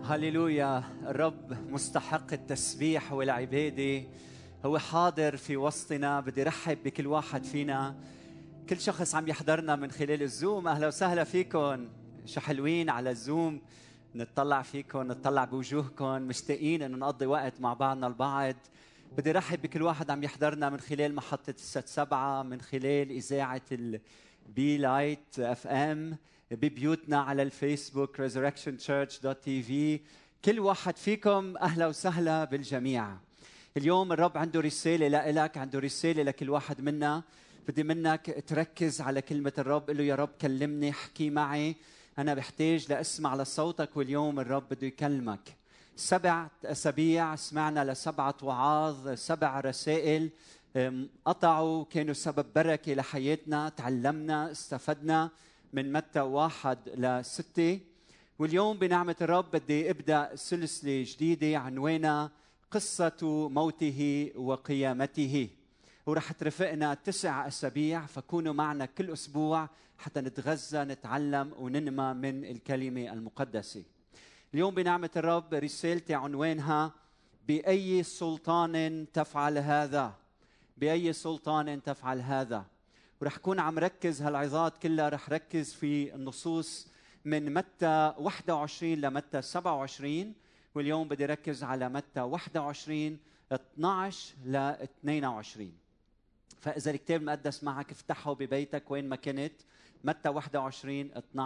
هللويا. الرب مستحق التسبيح والعبادة، هو حاضر في وسطنا. بدي رحب بكل واحد فينا، كل شخص عم يحضرنا من خلال الزوم. أهلا وسهلا فيكم، شو حلوين على الزوم. نتطلع فيكم، نتطلع بوجوهكم، مشتاقين أن نقضي وقت مع بعضنا البعض. بدي رحب بكل واحد عم يحضرنا من خلال محطة الست سبعة، من خلال إذاعة البي لايت اف ام، ببيوتنا على الفيسبوك resurrectionchurch.tv. كل واحد فيكم أهلا وسهلا بالجميع. اليوم الرب عنده رسالة لك، عنده رسالة لكل واحد منا. بدي منك تركز على كلمة الرب. قل له يا رب كلمني، احكي معي، أنا بحتاج لأسمع لصوتك. واليوم الرب بده يكلمك. 7 أسابيع سمعنا ل7 وعاظ، 7 رسائل قطعوا كانوا سبب بركة لحياتنا. تعلمنا، استفدنا من متى 1-6. واليوم بنعمة الرب بدي أبدأ سلسلة جديدة عنوانها قصة موته وقيامته، ورح ترافقنا 9 أسابيع. فكونوا معنا كل أسبوع حتى نتغذى، نتعلم وننمى من الكلمة المقدسة. اليوم بنعمة الرب رسالتي عنوانها بأي سلطان تفعل هذا؟ بأي سلطان تفعل هذا؟ ورح كون عم ركز هالعظات كلها، رح ركز في النصوص من متى 21 لمتى 27. واليوم بدي ركز على متى 21 12-22. فإذا الكتاب المقدس معك افتحه ببيتك وين ما كنت. متى 21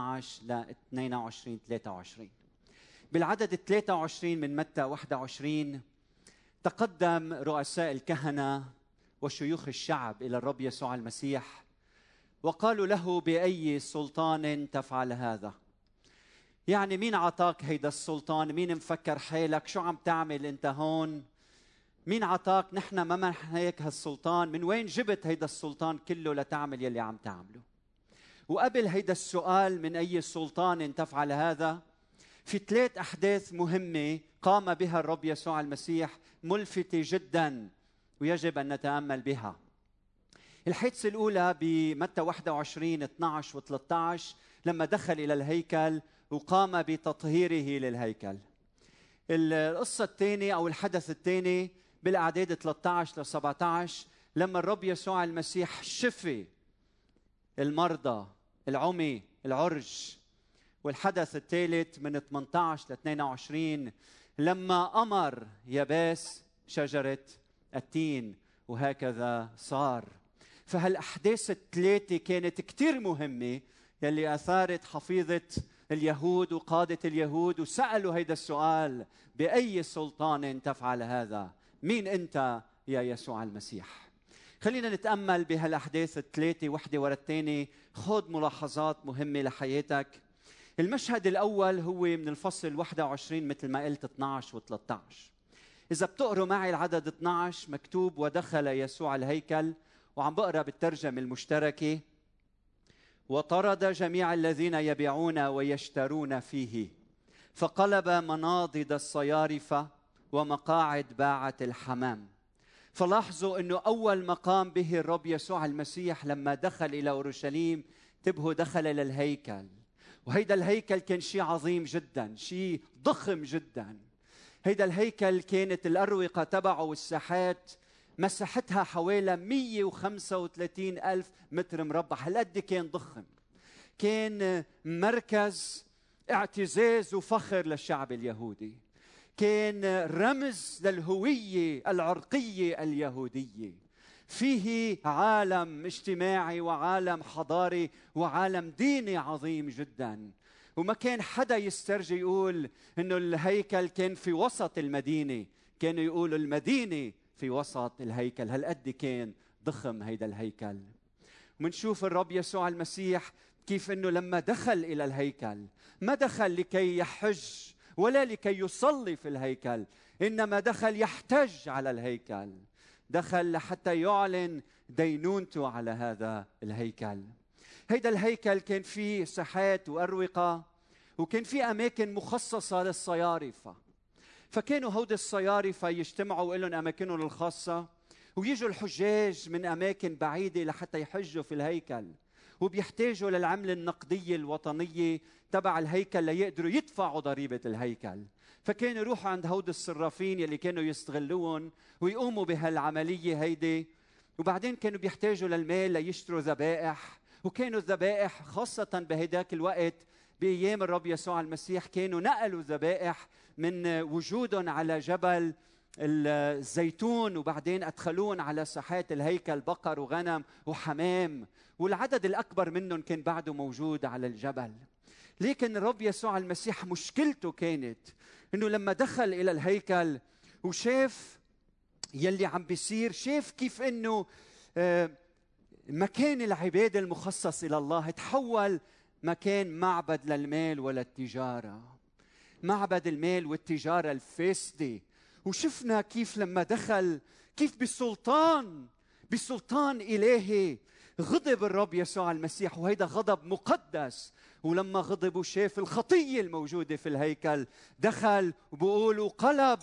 12-22 23. بالعدد 23 من متى 21 تقدم رؤساء الكهنة وشيوخ الشعب إلى الرب يسوع المسيح وقالوا له بأي سلطان تفعل هذا؟ يعني مين عطاك هيدا السلطان؟ مين مفكر حالك؟ شو عم تعمل انت هون؟ مين عطاك؟ نحن ما منحناك هالسلطان. من وين جبت هيدا السلطان كله لتعمل يلي عم تعمله؟ وقبل هيدا السؤال من أي سلطان تفعل هذا، في 3 أحداث مهمة قام بها الرب يسوع المسيح ملفتة جدا ويجب أن نتأمل بها. الحادثة الأولى بمتى 21 12 و13 لما دخل إلى الهيكل وقام بتطهيره للهيكل. القصة الثانية أو الحدث الثاني بالأعداد 13-17 لما الرب يسوع المسيح شفي المرضى، العمي، العرج. والحدث الثالث من 18-22 لما أمر يابس شجرة التين، وهكذا صار. فهالأحداث ال3 كانت كتير مهمة، يلي أثارت حفيظة اليهود وقادة اليهود وسألوا هيدا السؤال: بأي سلطان تفعل هذا؟ مين أنت يا يسوع المسيح؟ خلينا نتأمل بهالأحداث ال3 وحدة ورا الثانية. خذ ملاحظات مهمة لحياتك. المشهد الأول هو من الفصل 21 مثل ما قلت 12 و13. إذا بتقروا معي العدد 12 مكتوب: ودخل يسوع الهيكل، وعم بقرأ بالترجمة المشتركة: وطرد جميع الذين يبيعون ويشترون فيه، فقلب مناضد الصيارفة ومقاعد باعة الحمام. فلاحظوا أنه أول ما قام به الرب يسوع المسيح لما دخل إلى أورشليم، انتبهوا، دخل إلى الهيكل. وهيدا الهيكل كان شيء عظيم جدا، شيء ضخم جدا. هيدا الهيكل كانت الأروقة تبعه والساحات مساحتها حوالي 135 ألف متر مربع. هالقد كان ضخم، كان مركز اعتزاز وفخر للشعب اليهودي، كان رمز للهوية العرقية اليهودية. فيه عالم اجتماعي وعالم حضاري وعالم ديني عظيم جدا. وما كان حدا يسترجي يقول انه الهيكل كان في وسط المدينة، كانوا يقولوا المدينة في وسط الهيكل. هالقد كان ضخم هيدا الهيكل. ومنشوف الرب يسوع المسيح كيف انه لما دخل الى الهيكل ما دخل لكي يحج ولا لكي يصلي في الهيكل، انما دخل يحتج على الهيكل. دخل لحتى يعلن دينونته على هذا الهيكل. هيدا الهيكل كان فيه ساحات وأروقة، وكان فيه أماكن مخصصة للصيارفة. فكانوا هود الصيارفة يجتمعوا لهم أماكنهم الخاصة، ويجوا الحجاج من أماكن بعيدة لحتى يحجوا في الهيكل. وبيحتاجوا للعملة النقدية الوطنية تبع الهيكل ليقدروا يدفعوا ضريبة الهيكل. فكانوا يروحوا عند هود الصرافين يلي كانوا يستغلوهم ويقوموا بهالعملية هيدي. وبعدين كانوا بيحتاجوا للمال ليشتروا ذبائح، وكانوا الذبائح خاصة بهداك الوقت بأيام الرب يسوع المسيح كانوا نقلوا ذبائح من وجودهم على جبل الزيتون وبعدين أدخلون على ساحات الهيكل بقر وغنم وحمام، والعدد الأكبر منهم كان بعده موجود على الجبل. لكن الرب يسوع المسيح مشكلته كانت إنه لما دخل إلى الهيكل وشاف يلي عم بيصير، شاف كيف إنه مكان العبادة المخصص إلى الله تحول مكان معبد للمال وللتجارة، معبد المال والتجارة الفاسدة. وشفنا كيف لما دخل كيف بسلطان إلهي غضب الرب يسوع المسيح، وهيدا غضب مقدس. ولما غضب وشاف الخطية الموجودة في الهيكل دخل وبقولوا قلب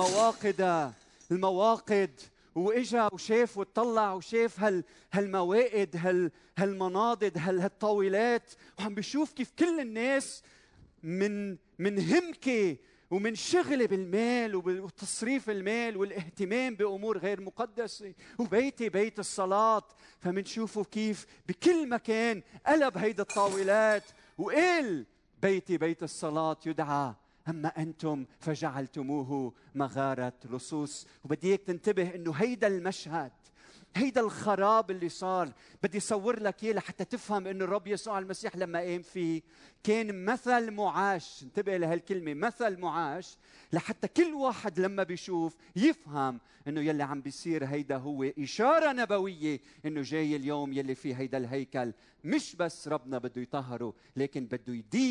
المواقد واجا وشاف وطلع وشاف هالموائد هالمناضد هالطاولات، وعم بيشوف كيف كل الناس من همكة ومن شغل بالمال وتصريف المال والاهتمام بأمور غير مقدسة. وبيتي بيت الصلاة، فمنشوفوا كيف بكل مكان قلب هيدا الطاولات وقال بيتي بيت الصلاة يدعى أما أنتم فجعلتموه مغارة لصوص. وبدي إياك تنتبه إنه هيدا المشهد، هيدا الخراب اللي صار، بدي أصور لك إياه لحتى تفهم إنه الرب يسوع المسيح لما قام فيه كان مثل معاش. انتبه لهالكلمة مثل معاش، لحتى كل واحد لما بيشوف يفهم إنه يلي عم بيصير هيدا هو إشارة نبوية إنه جاي اليوم يلي فيه هيدا الهيكل مش بس ربنا بده يطهره، لكن بده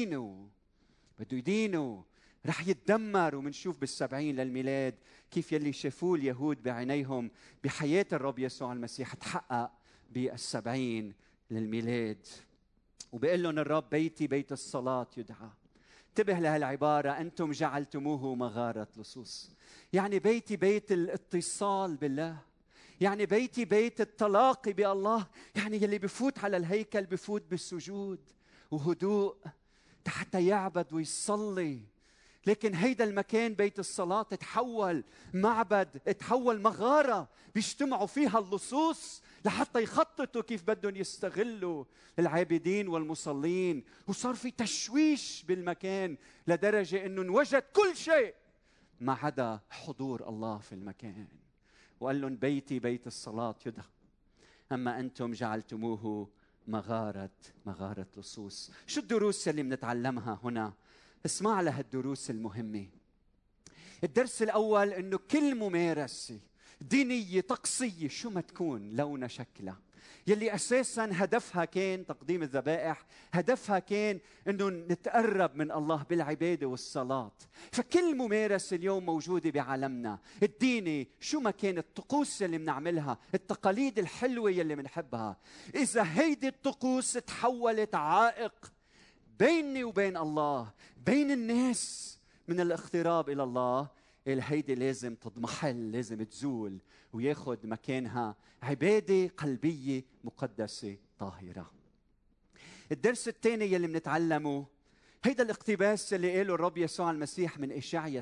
يدينه رح يتدمر. ومنشوف بال70 للميلاد كيف يلي شافوه اليهود بعينيهم بحياة الرب يسوع المسيح تحقق بال70 للميلاد. وبيقول لهم الرب بيتي بيت الصلاة يدعى. انتبه لهالعبارة، أنتم جعلتموه مغارة لصوص. يعني بيتي بيت الاتصال بالله، يعني بيتي بيت التلاقي بالله. يعني يلي بفوت على الهيكل بفوت بالسجود وهدوء حتى يعبد ويصلي. لكن هيدا المكان بيت الصلاة تحول معبد، تحول مغارة بيجتمعوا فيها اللصوص لحتى يخططوا كيف بدهم يستغلوا العابدين والمصلين. وصار في تشويش بالمكان لدرجة انه انوجد كل شيء ما عدا حضور الله في المكان. وقال لهم بيتي بيت الصلاة يدعى أما أنتم جعلتموه مغارة لصوص. شو الدروس اللي بنتعلمها هنا؟ اسمع لهالدروس المهمة. الدرس الأول إنه كل ممارسة دينية طقسية شو ما تكون لونها شكلها، يلي أساساً هدفها كان تقديم الذبائح، هدفها كان إنه نتقرب من الله بالعبادة والصلاة. فكل ممارسة اليوم موجودة بعالمنا الديني شو ما كانت الطقوس اللي بنعملها، التقاليد الحلوة يلي بنحبها، إذا هيدي الطقوس تحولت عائق بيني وبين الله، بين الناس من الاقتراب إلى الله، هيدي لازم تضمحل، لازم تزول وياخد مكانها عبادة قلبية مقدسة طاهرة. الدرس الثاني يلي بنتعلمه هيدا الاقتباس اللي قاله الرب يسوع المسيح من إشعياء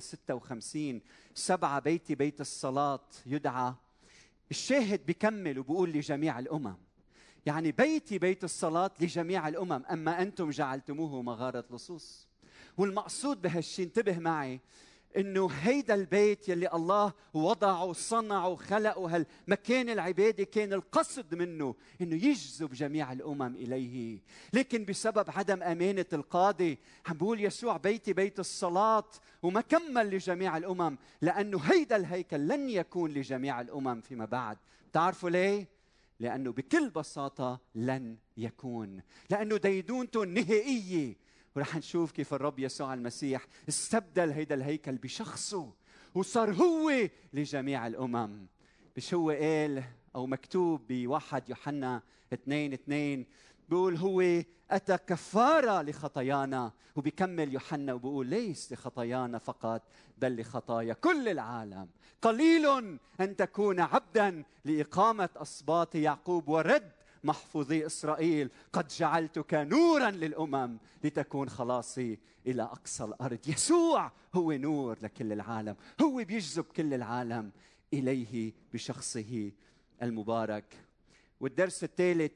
56:7 بيتي بيت الصلاة يدعى. الشاهد بيكمل وبيقول لجميع الأمم، يعني بيتي بيت الصلاة لجميع الأمم أما أنتم جعلتموه مغارة لصوص. والمقصود بهالشي انتبه معي إنه هيدا البيت يلي الله وضعه وصنعه وخلقه، هالمكان العبادة كان القصد منه إنه يجذب جميع الأمم إليه. لكن بسبب عدم أمانة القاضي عم بقول يسوع بيتي بيت الصلاة وما كمل لجميع الأمم، لأنه هيدا الهيكل لن يكون لجميع الأمم فيما بعد. تعرفوا ليه؟ لأنه بكل بساطة لن يكون، لأنه ديدونته نهائية. ورح نشوف كيف الرب يسوع المسيح استبدل هيدا الهيكل بشخصه وصار هو لجميع الأمم. مش هو قال أو مكتوب بواحد يوحنا 2:2 بيقول هو أتى كفارة لخطايانا، وبيكمل يوحنا وبيقول ليس لخطايانا فقط بل لخطايا كل العالم. قليل أن تكون عبدا لإقامة أسباط يعقوب ورد محفوظي إسرائيل قد جعلتك نورا للأمم لتكون خلاصي إلى أقصى الأرض. يسوع هو نور لكل العالم، هو بيجذب كل العالم إليه بشخصه المبارك. والدرس الثالث،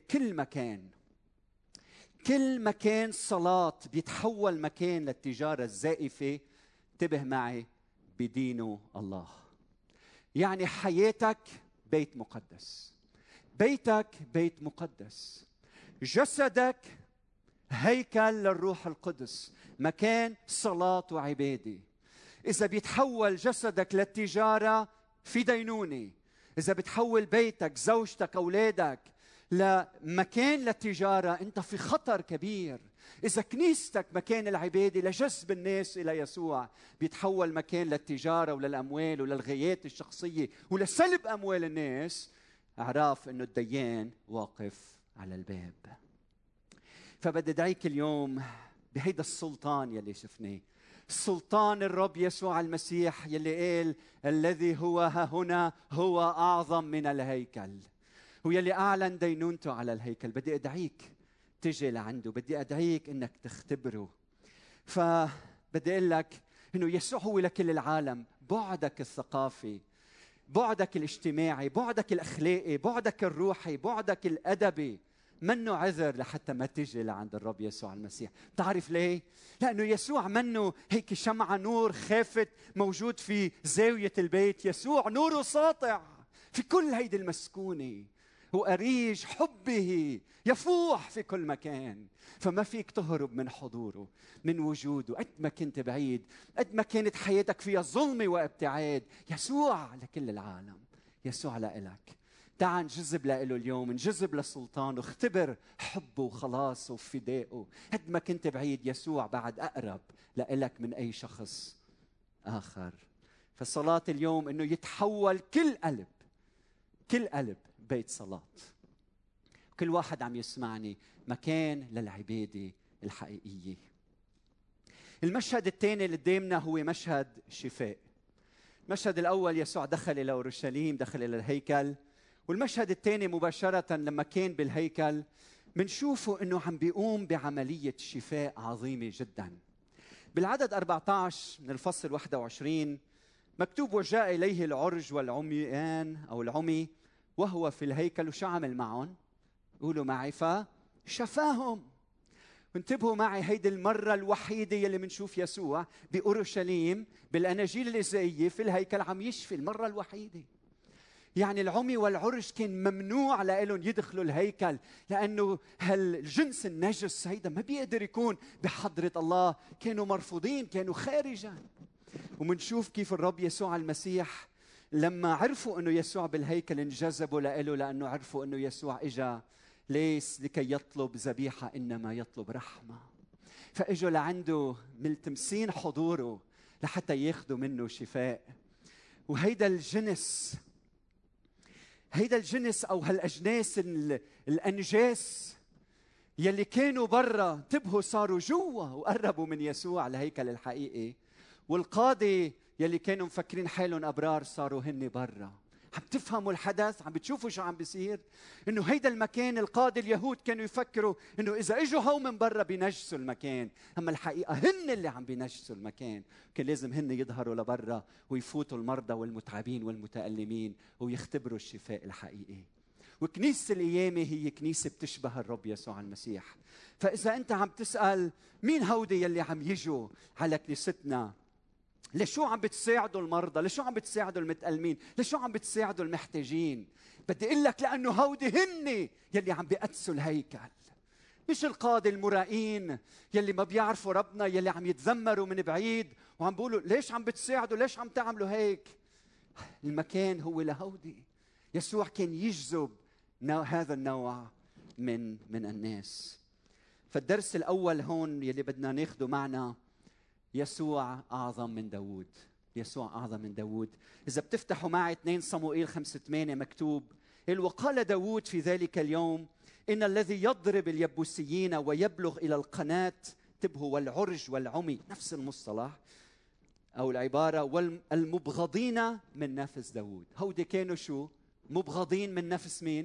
كل مكان صلاة بيتحول مكان للتجارة الزائفة. انتبه معي، بدينه الله. يعني حياتك بيت مقدس، بيتك بيت مقدس، جسدك هيكل للروح القدس، مكان صلاة وعبادة. إذا بيتحول جسدك للتجارة في دينونة، إذا بتحول بيتك، زوجتك، أولادك لمكان للتجارة، أنت في خطر كبير. إذا كنيستك مكان العبادة لجذب الناس إلى يسوع، بيتحول مكان للتجارة وللأموال وللغايات الشخصية ولسلب أموال الناس، اعرف أنه الديان واقف على الباب. فبدي أدعيك اليوم بهيدا السلطان يلي شفناه، سلطان الرب يسوع المسيح يلي قال الذي هو ها هنا هو أعظم من الهيكل، ويلي أعلن دينونته على الهيكل. بدي أدعيك تجي لعنده، بدي أدعيك إنك تختبره. فبدي أقول لك إنه يسوع هو لكل العالم. بعدك الثقافي، بعدك الاجتماعي، بعدك الأخلاقي، بعدك الروحي، بعدك الأدبي منه عذر لحتى ما تجي لعند الرب يسوع المسيح. تعرف ليه؟ لأنه يسوع منه هيك شمعة نور خافت موجود في زاوية البيت. يسوع نوره ساطع في كل هيدي المسكونة، وأريج حبه يفوح في كل مكان. فما فيك تهرب من حضوره، من وجوده. قد ما كنت بعيد، قد ما كانت حياتك فيها ظلمة وابتعاد، يسوع لكل العالم، يسوع لإلك. تعال نجذب له اليوم، نجذب لسلطانه، اختبر حبه وخلاصه وفدائه. قد ما كنت بعيد، يسوع بعد أقرب لإلك من أي شخص آخر. فالصلاة اليوم إنه يتحول كل قلب بيت صلاة. كل واحد عم يسمعني مكان للعبادة الحقيقية. المشهد الثاني اللي قدامنا هو مشهد شفاء. المشهد الأول يسوع دخل إلى أورشليم، دخل إلى الهيكل. والمشهد الثاني مباشرة لما كان بالهيكل منشوفه أنه عم بيقوم بعملية شفاء عظيمة جدا. بالعدد 14 من الفصل 21 مكتوب: وجاء إليه العرج والعميان أو العمي وهو في الهيكل. وشو عمل معهم؟ قولوا معي: فشفاهم. وانتبهوا معي، هيدي المرة الوحيدة يلي منشوف يسوع بأورشليم بالأناجيل الإزائية في الهيكل عم يشفي، المرة الوحيدة. يعني العمي والعرج كان ممنوع لهم يدخلوا الهيكل، لأنه هالجنس النجس هيدا ما بيقدر يكون بحضرة الله، كانوا مرفوضين، كانوا خارجا. ومنشوف كيف الرب يسوع المسيح لما عرفوا أنه يسوع بالهيكل انجذبوا له، لأنه عرفوا أنه يسوع إجا ليس لكي يطلب ذبيحة إنما يطلب رحمة. فإجوا لعنده ملتمسين حضوره لحتى ياخذوا منه شفاء. وهيدا الجنس أو هالأجناس الأنجاس يلي كانوا برا، انتبهوا صاروا جوا وقربوا من يسوع الهيكل الحقيقي. والقاضي يلي كانوا مفكرين حالهم أبرار صاروا هن برا. عم تفهموا الحدث؟ عم بتشوفوا شو عم بيصير؟ انه هيدا المكان القاضي اليهود كانوا يفكروا انه اذا اجوا هو من برا بينجسوا المكان، اما الحقيقه هن اللي عم بينجسوا المكان. كان لازم هن يظهروا لبرا ويفوتوا المرضى والمتعبين والمتألمين ويختبروا الشفاء الحقيقي. وكنيسة القيامة هي كنيسة بتشبه الرب يسوع المسيح. فإذا أنت عم تسأل مين هودي يلي عم يجوا على كنيستنا، لشو عم بتساعدوا المرضى؟ لشو عم بتساعدوا المتألمين؟ لشو عم بتساعدوا المحتاجين؟ بدي اقول لك لانه هودي هن يلي عم بيقدسوا الهيكل، مش القاضي المرائين يلي ما بيعرفوا ربنا، يلي عم يتذمروا من بعيد وعم بيقولوا ليش عم بتساعدوا، ليش عم تعملوا هيك. المكان هو لهودي. يسوع كان يجذب هذا النوع من الناس. فالدرس الاول هون يلي بدنا ناخده معنا: يسوع أعظم من داود. يسوع أعظم من داود. إذا بتفتحوا معي 2 صموئيل 5:8 مكتوب: وقال داود في ذلك اليوم: إن الذي يضرب اليبوسيين ويبلغ إلى القناة، انتبهوا، والعرج والعمي، نفس المصطلح أو العبارة، والمبغضين من نفس داود. هودي كانوا شو؟ مبغضين من نفس مين؟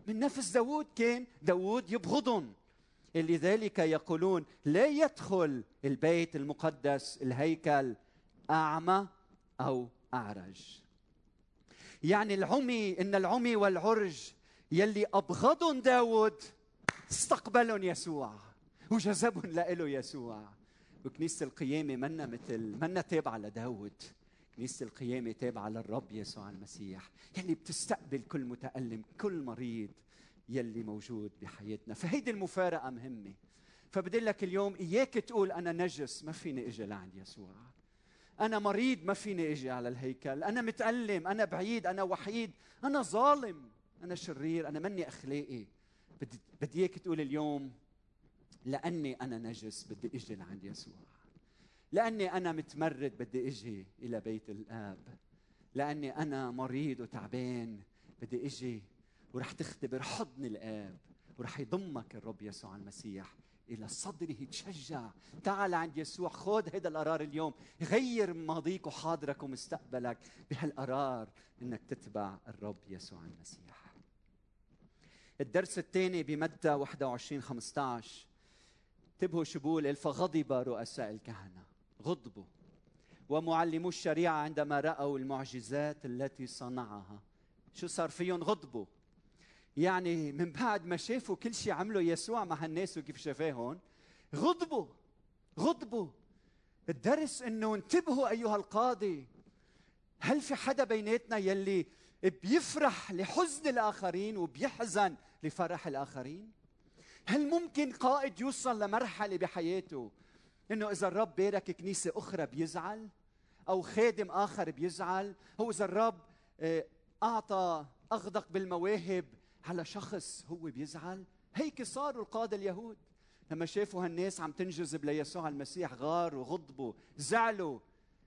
من نفس داود كان داود يبغضهم. لذلك يقولون لا يدخل البيت المقدس الهيكل أعمى أو أعرج. يعني العمي والعرج يلي أبغضهم داود استقبلهم يسوع وجذبهم لإله يسوع. وكنيسة القيامة منا تابعة لداود. كنيسة القيامة تابعة للرب يسوع المسيح يلي بتستقبل كل متألم، كل مريض يلي موجود بحياتنا. فهيدي المفارقة مهمة. فبدي لك اليوم إياك تقول أنا نجس ما فيني أجي لعند يسوع، أنا مريض ما فيني أجي على الهيكل، أنا متألم، أنا بعيد، أنا وحيد، أنا ظالم، أنا شرير، أنا مني أخلاقي. بدي إياك تقول اليوم لأني أنا نجس بدي أجي لعند يسوع، لأني أنا متمرد بدي أجي إلى بيت الآب، لأني أنا مريض وتعبان بدي أجي ورح تختبر حضن الآب ورح يضمك الرب يسوع المسيح إلى صدره. تشجع، تعال عند يسوع، خذ هذا القرار اليوم، غير ماضيك وحاضرك ومستقبلك بهالقرار إنك تتبع الرب يسوع المسيح. الدرس الثاني بمتى 21:15 انتبهوا شو بقول. فغضب رؤساء الكهنة، غضبوا ومعلمو الشريعة عندما رأوا المعجزات التي صنعها. شو صار فيهم؟ غضبوا. يعني من بعد ما شافوا كل شيء عمله يسوع مع هالناس وكيف شفاهم غضبوا. الدرس انه انتبهوا ايها القاضي، هل في حدا بيناتنا يلي بيفرح لحزن الاخرين وبيحزن لفرح الاخرين؟ هل ممكن قائد يوصل لمرحله بحياته انه اذا الرب بارك كنيسه اخرى بيزعل، او خادم اخر بيزعل، او اذا الرب اعطى اغدق بالمواهب على شخص هو بيزعل؟ هيك صاروا القادة اليهود لما شافوا هالناس عم تنجذب ليسوع المسيح، غاروا، غضبوا، زعلوا،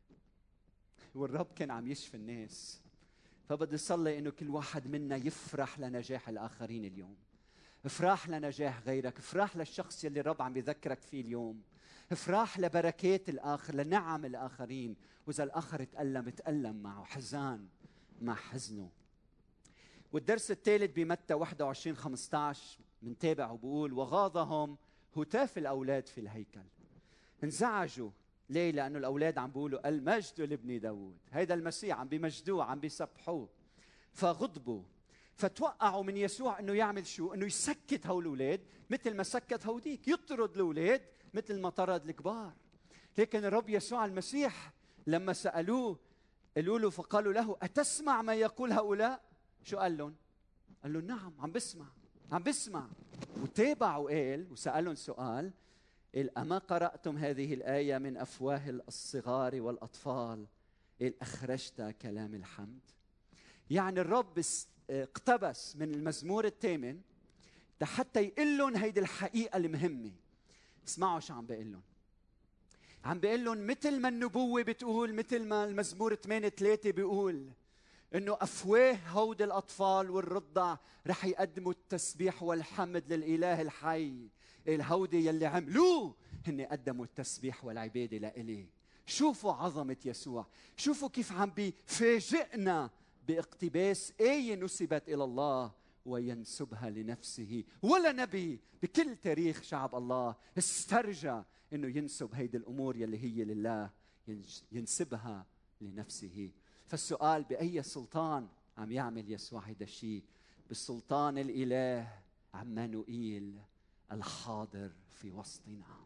والرب كان عم يشفي الناس. فبدي صلي انه كل واحد منا يفرح لنجاح الاخرين اليوم. افرح لنجاح غيرك، افرح للشخص يلي الرب عم يذكرك فيه اليوم، افرح لبركات الاخر، لنعم الاخرين. واذا الاخر تألم معه، حزان مع حزنه. والدرس الثالث بمتى 21:15 منتابع وبقول وغاضهم هتاف الأولاد في الهيكل. انزعجوا. ليه؟ لأنه الأولاد عم بيقولوا المجد لابن داود، هيدا المسيح عم بمجدوه، عم بيسبحوه. فغضبوا، فتوقعوا من يسوع انه يعمل شو؟ انه يسكت هول الاولاد مثل ما سكت هوديك، يطرد الاولاد مثل ما طرد الكبار. لكن الرب يسوع المسيح لما سألوه قالوا له، فقالوا له أتسمع ما يقول هؤلاء؟ شو قال لهم؟ قال لهم نعم عم بسمع. وتابع وقال وسألهم سؤال، قال أما قرأتم هذه الآية من أفواه الصغار والأطفال؟ قال أخرجت كلام الحمد. يعني الرب اقتبس من المزمور الثامن حتى يقول لهم هيدي الحقيقة المهمة. اسمعوا شو عم بيقول لهم. عم بيقول لهم مثل ما النبوة بتقول، مثل ما المزمور 8:3 بيقول انه افواه هود الاطفال والرضع رح يقدموا التسبيح والحمد للاله الحي. الهودي يلي عملوه هن قدموا التسبيح والعباده لإلي. شوفوا عظمه يسوع، شوفوا كيف عم بيفاجئنا باقتباس آية نسبت إلى الله وينسبها لنفسه. ولا نبي بكل تاريخ شعب الله استرجى انه ينسب هيدي الامور يلي هي لله، ينسبها لنفسه. فالسؤال، بأي سلطان عم يعمل يسوع هيدا الشيء؟ بالسلطان الإله عمانوئيل الحاضر في وسطنا.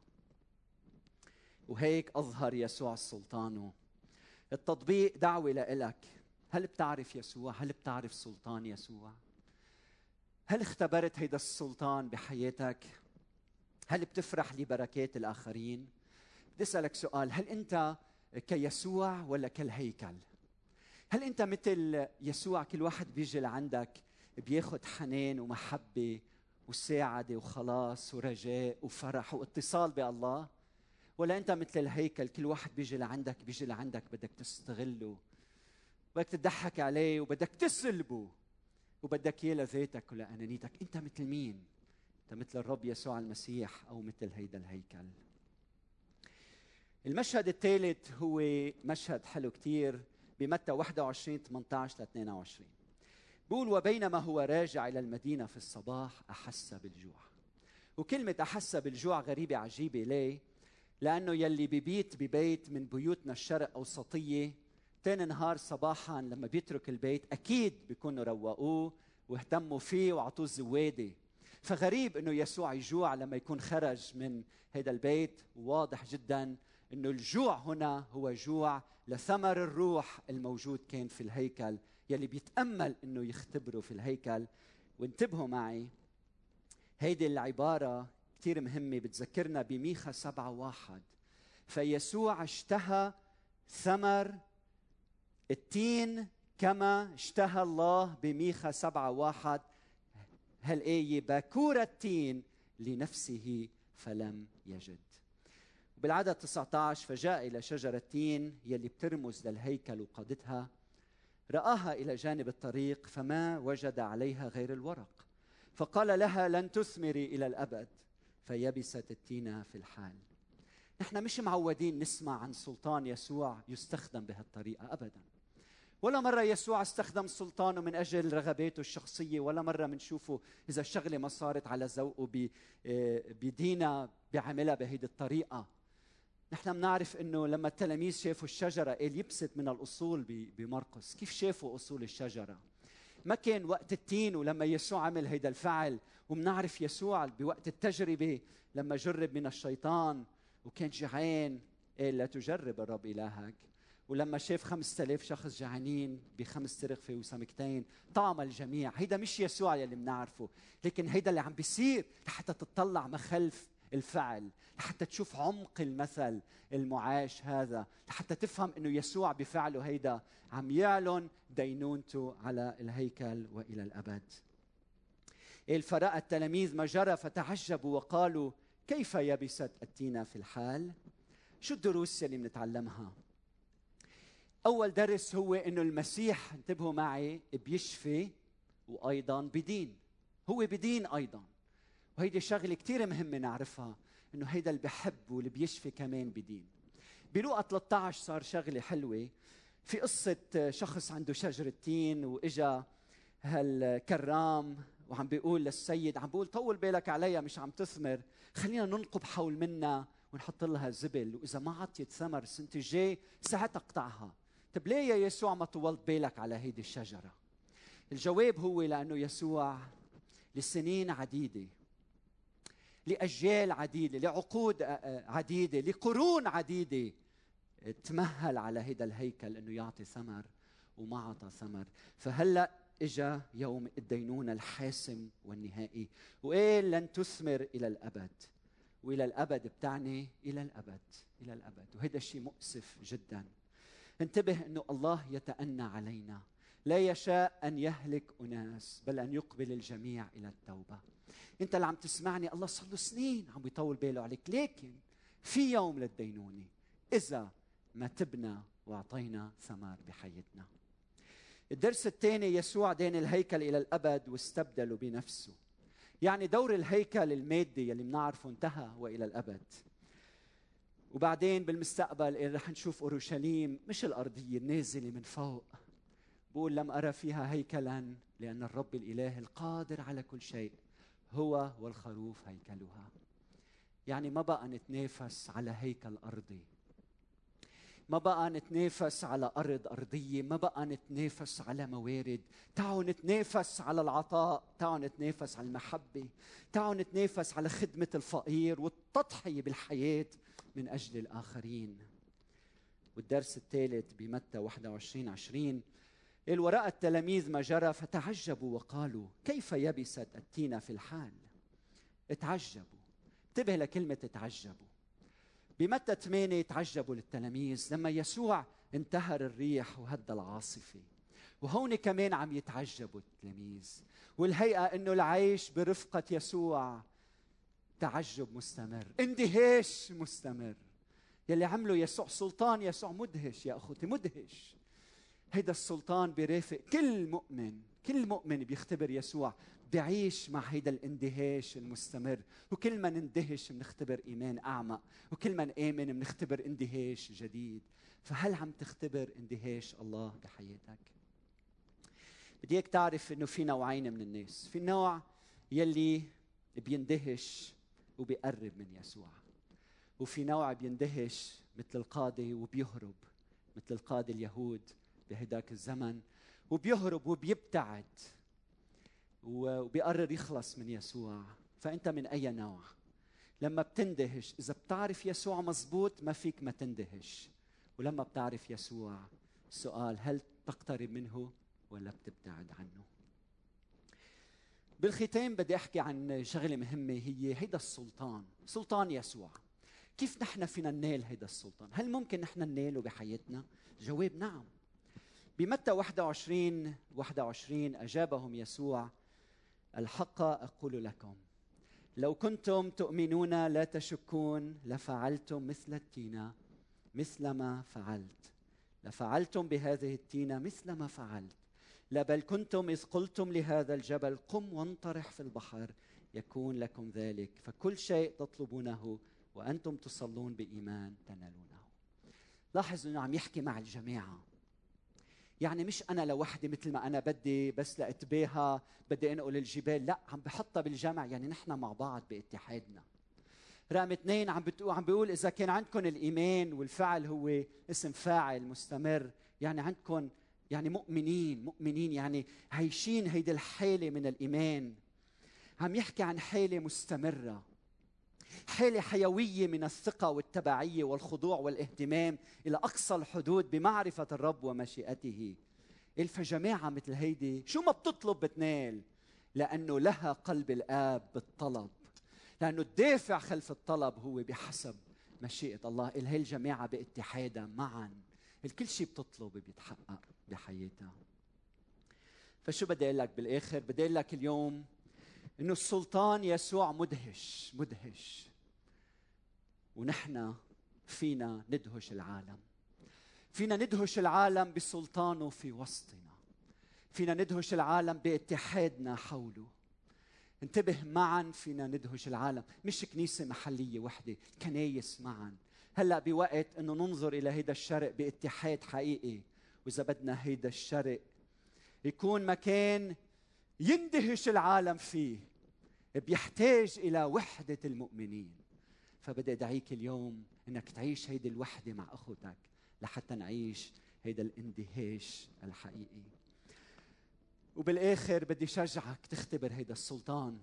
وهيك أظهر يسوع سلطانه. التطبيق دعوة لإلك. هل بتعرف يسوع؟ هل بتعرف سلطان يسوع؟ هل اختبرت هيدا السلطان بحياتك؟ هل بتفرح لبركات الآخرين؟ بدي أسألك سؤال، هل أنت كيسوع ولا كالهيكل؟ هل أنت مثل يسوع كل واحد بيجي لعندك بياخد حنان ومحبة وساعدة وخلاص ورجاء وفرح واتصال بالله؟ ولا أنت مثل الهيكل كل واحد بيجي لعندك بدك تستغله، بدك تضحك عليه وبدك تسلبه وبدك إياه لذاتك ولأنانيتك؟ أنت مثل مين؟ أنت مثل الرب يسوع المسيح أو مثل هيدا الهيكل؟ المشهد الثالث هو مشهد حلو كتير بمتى 21:18-22. بقول وبينما هو راجع إلى المدينة في الصباح أحس بالجوع. وكلمة أحس بالجوع غريبة عجيبة. ليه؟ لأنه يلي ببيت ببيت من بيوتنا الشرق أوسطية تاني نهار صباحا لما بيترك البيت أكيد بيكونوا روقوه واهتموا فيه وعطوه الزوادة. فغريب أنه يسوع يجوع لما يكون خرج من هذا البيت. واضح جدا أنه الجوع هنا هو جوع لثمر الروح الموجود كان في الهيكل يلي بيتأمل أنه يختبره في الهيكل. وانتبهوا معي، هيدي العبارة كتير مهمة بتذكرنا بميخا 7:1. فيسوع اشتهى ثمر التين كما اشتهى الله بميخا 7:1 هالآية: باكور التين لنفسه فلم يجد. بالعدد 19: فجاء إلى شجرة التين يلي بترمز للهيكل وقادتها، رآها إلى جانب الطريق فما وجد عليها غير الورق، فقال لها لن تثمري إلى الأبد، فيبست التينة في الحال. نحن مش معودين نسمع عن سلطان يسوع يستخدم بهالطريقة أبدا. ولا مرة يسوع استخدم سلطانه من أجل رغباته الشخصية، ولا مرة منشوفه إذا الشغلة ما صارت على ذوقه بدينا بعملها بهيدي الطريقة. نحن بنعرف أنه لما التلاميذ شافوا الشجرة قال يبسط من الأصول بمرقس. كيف شافوا أصول الشجرة؟ ما كان وقت التين ولما يسوع عمل هيدا الفعل. ومنعرف يسوع بوقت التجربة لما جرب من الشيطان وكان جعان قال لا تجرب الرب إلهك. ولما شاف 5000 شخص جعانين ب5 ترغفة وسمكتين طعم الجميع. هيدا مش يسوع يلي منعرفه، لكن هيدا اللي عم بيصير لحتى تطلع مخلف الفعل، لحتى تشوف عمق المثل المعاش هذا، لحتى تفهم انه يسوع بفعله هيدا عم يعلن دينونته على الهيكل والى الابد. فرأى التلاميذ ما جرى فتعجبوا وقالوا كيف يبست التينة في الحال؟ شو الدروس اللي بنتعلمها؟ أول درس هو إنه المسيح، انتبهوا معي، بيشفي وأيضاً بدين. هو بدين أيضاً، وهيدي شغلة كتير مهمة نعرفها، إنه هيدا اللي بحب واللي بيشفي كمان بدين. بلوقا 13 صار شغلة حلوة في قصة شخص عنده شجرة تين وإجا هالكرام وعم بيقول للسيد، عم بيقول طول بالك عليها مش عم تثمر، خلينا ننقب حول منها ونحط لها زبل، وإذا ما عطيت ثمر السنة الجاي ساعتها اقطعها. طب ليه يا يسوع ما طولت بالك على هيدي الشجرة؟ الجواب هو لأنه يسوع لسنين عديدة، لأجيال عديدة، لعقود عديدة، لقرون عديدة تمهل على هيدا الهيكل أنه يعطي ثمر وما عطى ثمر. فهلأ إجا يوم الدينونة الحاسم والنهائي وقال لن تثمر إلى الأبد. وإلى الأبد بتعني إلى الأبد، إلى الأبد. وهذا الشيء مؤسف جدا. انتبه أنه الله يتأنى علينا، لا يشاء أن يهلك أناس بل أن يقبل الجميع إلى التوبة. أنت اللي عم تسمعني الله صار له سنين عم بيطول باله عليك، لكن في يوم للدينونة إذا ما تبنا وأعطينا ثمر بحياتنا. الدرس الثاني، يسوع دين الهيكل إلى الأبد واستبدله بنفسه. يعني دور الهيكل المادي يلي منعرفه انتهى وإلى الأبد، وبعدين بالمستقبل رح نشوف أورشليم مش الأرضية النازلة من فوق. بقول لم أرى فيها هيكلا لأن الرب الإله القادر على كل شيء هو والخروف هيكلها. يعني ما بقى نتنافس على هيكل أرضي، ما بقى نتنافس على أرض أرضية، ما بقى نتنافس على موارد. تعالوا نتنافس على العطاء، تعالوا نتنافس على المحبة، تعالوا نتنافس على خدمة الفقير والتضحية بالحياة من أجل الآخرين. والدرس الثالث بمتى 21:20 قال ورأى التلاميذ ما جرى فتعجبوا وقالوا كيف يبست التينة في الحال؟ اتعجبوا. انتبه لكلمة اتعجبوا. بمتى 8 تعجبوا للتلاميذ لما يسوع انتهر الريح وهدى العاصفة، وهون كمان عم يتعجبوا التلاميذ. والهيئة انه العيش برفقة يسوع تعجب مستمر، اندهاش مستمر. يلي عمله يسوع، سلطان يسوع مدهش يا أخوتي، مدهش. هيدا السلطان بيرافق كل مؤمن، كل مؤمن بيختبر يسوع بيعيش مع هيدا الاندهاش المستمر. وكل ما نندهش بنختبر إيمان أعمق، وكل ما نآمن بنختبر اندهاش جديد. فهل عم تختبر اندهاش الله بحياتك؟ بدي اياك تعرف انه في نوعين من الناس. في النوع يلي بيندهش وبيقرب من يسوع، وفي نوع بيندهش مثل القاضي وبيهرب، مثل القاضي اليهود بهداك الزمن، وبيهرب وبيبتعد وبيقرر يخلص من يسوع. فأنت من أي نوع؟ لما بتندهش، إذا بتعرف يسوع مزبوط ما فيك ما تندهش، ولما بتعرف يسوع السؤال هل تقترب منه ولا بتبتعد عنه؟ بالختام بدي أحكي عن شغلة مهمة، هي هيدا السلطان، سلطان يسوع. كيف نحن فينا ننال هيدا السلطان؟ هل ممكن نحن نناله بحياتنا؟ جواب نعم. بمتى 21 أجابهم يسوع: الحق أقول لكم لو كنتم تؤمنون لا تشكون لفعلتم مثل التينة مثل ما فعلت، لفعلتم بهذه التينة مثل ما فعلت، لا بل كنتم إذ قلتم لهذا الجبل قم وانطرح في البحر يكون لكم ذلك. فكل شيء تطلبونه وأنتم تصلون بإيمان تنالونه. لاحظ أنه عم يحكي مع الجماعة، يعني مش أنا لوحدي مثل ما أنا بدي بس لأتباهى بدي أنقل الجبال، لا، عم بحطها بالجمع، يعني نحن مع بعض باتحادنا. رقم 2 عم بيقول إذا كان عندكم الإيمان، والفعل هو اسم فاعل مستمر، يعني عندكم يعني مؤمنين يعني عايشين هيدي الحالة من الإيمان. عم يحكي عن حالة مستمرة، حالة حيوية من الثقة والتبعية والخضوع والاهتمام إلى أقصى الحدود بمعرفة الرب ومشيئته. فجماعة مثل هيدي شو ما بتطلب بتنال، لأنه لها قلب الآب بالطلب، لأنه الدافع خلف الطلب هو بحسب مشيئة الله. هي الجماعة باتحادها معا الكل شيء بتطلب بيتحقق بحياتها. فشو بدي أقول لك بالآخر؟ بدي أقول لك اليوم إنه السلطان يسوع مدهش، ونحن فينا ندهش العالم، فينا ندهش العالم بسلطانه في وسطنا، فينا ندهش العالم باتحادنا حوله. انتبه، معا فينا ندهش العالم، مش كنيسة محلية وحدة، كنايس معا. هلأ بوقت أنه ننظر إلى هيدا الشرق باتحاد حقيقي، وإذا بدنا هيدا الشرق يكون مكان يندهش العالم فيه، بيحتاج إلى وحدة المؤمنين. فبدي أدعيك اليوم أنك تعيش هيدي الوحدة مع أخوتك لحتى نعيش هيدا الاندهاش الحقيقي. وبالآخر بدي شجعك تختبر هيدا السلطان.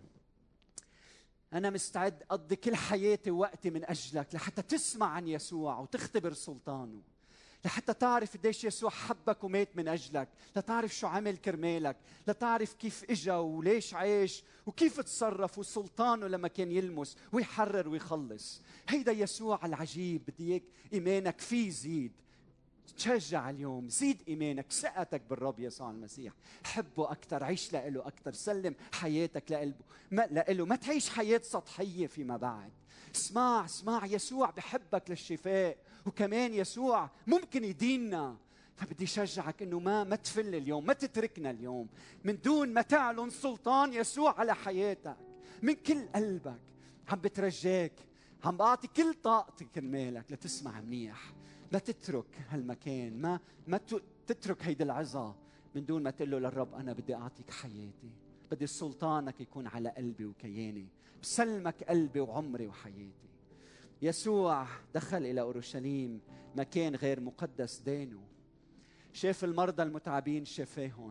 أنا مستعد أقضي كل حياتي ووقتي من أجلك لحتى تسمع عن يسوع وتختبر سلطانه، لحتى تعرف قديش يسوع حبك ومات من أجلك، لتعرف شو عمل كرمالك، لتعرف كيف إجا وليش عايش وكيف تصرف وسلطانه لما كان يلمس ويحرر ويخلص. هيدا يسوع العجيب، بدي إياك إيمانك فيه يزيد. تشجع اليوم، زيد إيمانك، ثقتك بالرب يسوع المسيح، حبه أكثر، عيش لإله أكثر، سلم حياتك لإله، ما تعيش حياة سطحية فيما بعد. اسمع يسوع بحبك للشفاء، وكمان يسوع ممكن يديننا. فبدي شجعك إنه ما تفل اليوم، ما تتركنا اليوم من دون ما تعلن سلطان يسوع على حياتك من كل قلبك. عم بترجاك، عم بعطي كل طاقتي كرمالك لتسمع منيح. ما تترك هالمكان، ما تترك هيدي العظة من دون ما تقول له للرب أنا بدي أعطيك حياتي، بدي سلطانك يكون على قلبي وكياني، بسلمك قلبي وعمري وحياتي. يسوع دخل إلى أورشليم، مكان غير مقدس دانه، شاف المرضى المتعبين شفاهم،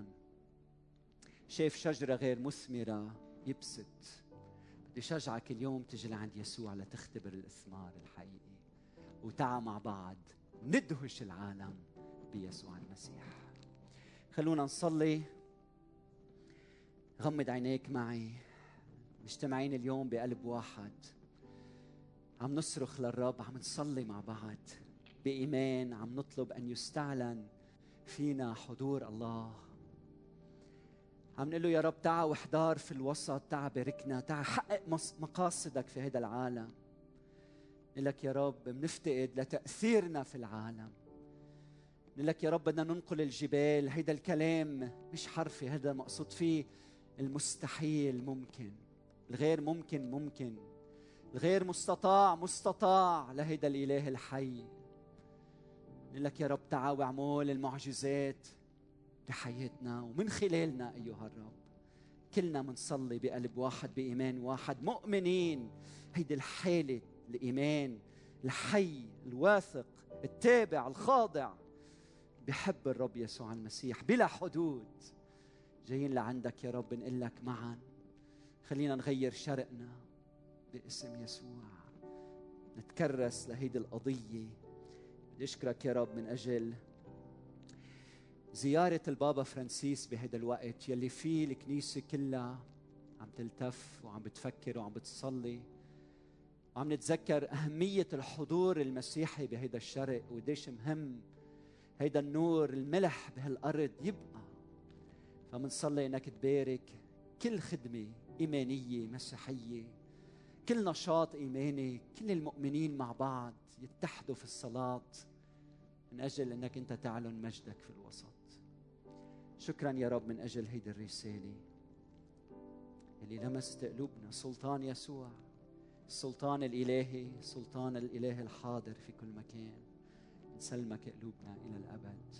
شاف شجرة غير مثمرة يبسط. بدي شجعك اليوم تجي لعند يسوع لتختبر الإثمار الحقيقي، وتعا مع بعض ندهش العالم بيسوع المسيح. خلونا نصلي. غمض عينيك معي. مجتمعين اليوم بقلب واحد، عم نصرخ للرب، عم نصلي مع بعض بإيمان، عم نطلب أن يستعلن فينا حضور الله. عم نقول له يا رب تعا واحضر في الوسط، تعا باركنا، تعا حقق مقاصدك في هذا العالم. نقول لك يا رب منفتقد لتأثيرنا في العالم. نقول لك يا رب بدنا ننقل الجبال. هيدا الكلام مش حرفي، هذا مقصود فيه المستحيل ممكن، الغير ممكن ممكن، الغير مستطاع لهيدا الإله الحي. نقول لك يا رب تعا واعمل المعجزات، بحياتنا ومن خلالنا أيها الرب. كلنا منصلي بقلب واحد بإيمان واحد، مؤمنين هيدي الحالة الإيمان الحي الواثق التابع الخاضع بحب الرب يسوع المسيح بلا حدود. جايين لعندك يا رب نقول لك معا خلينا نغير شرقنا باسم يسوع، نتكرس لهيدي القضية. بدي أشكرك يا رب من أجل زيارة البابا فرانسيس بهذا الوقت يلي فيه الكنيسة كلها عم تلتف وعم بتفكر وعم بتصلي وعم نتذكر أهمية الحضور المسيحي بهذا الشرق وقديش مهم هيدا النور الملح بهالأرض يبقى. فمنصلي إنك تبارك كل خدمة إيمانية مسيحية، كل نشاط إيماني، كل المؤمنين مع بعض يتحدوا في الصلاة من أجل أنك أنت تعلن مجدك في الوسط. شكرا يا رب من أجل هيدي الرسالة اللي لمست قلوبنا. سلطان يسوع، السلطان الإلهي، سلطان الإله الحاضر في كل مكان. نسلمك قلوبنا إلى الأبد.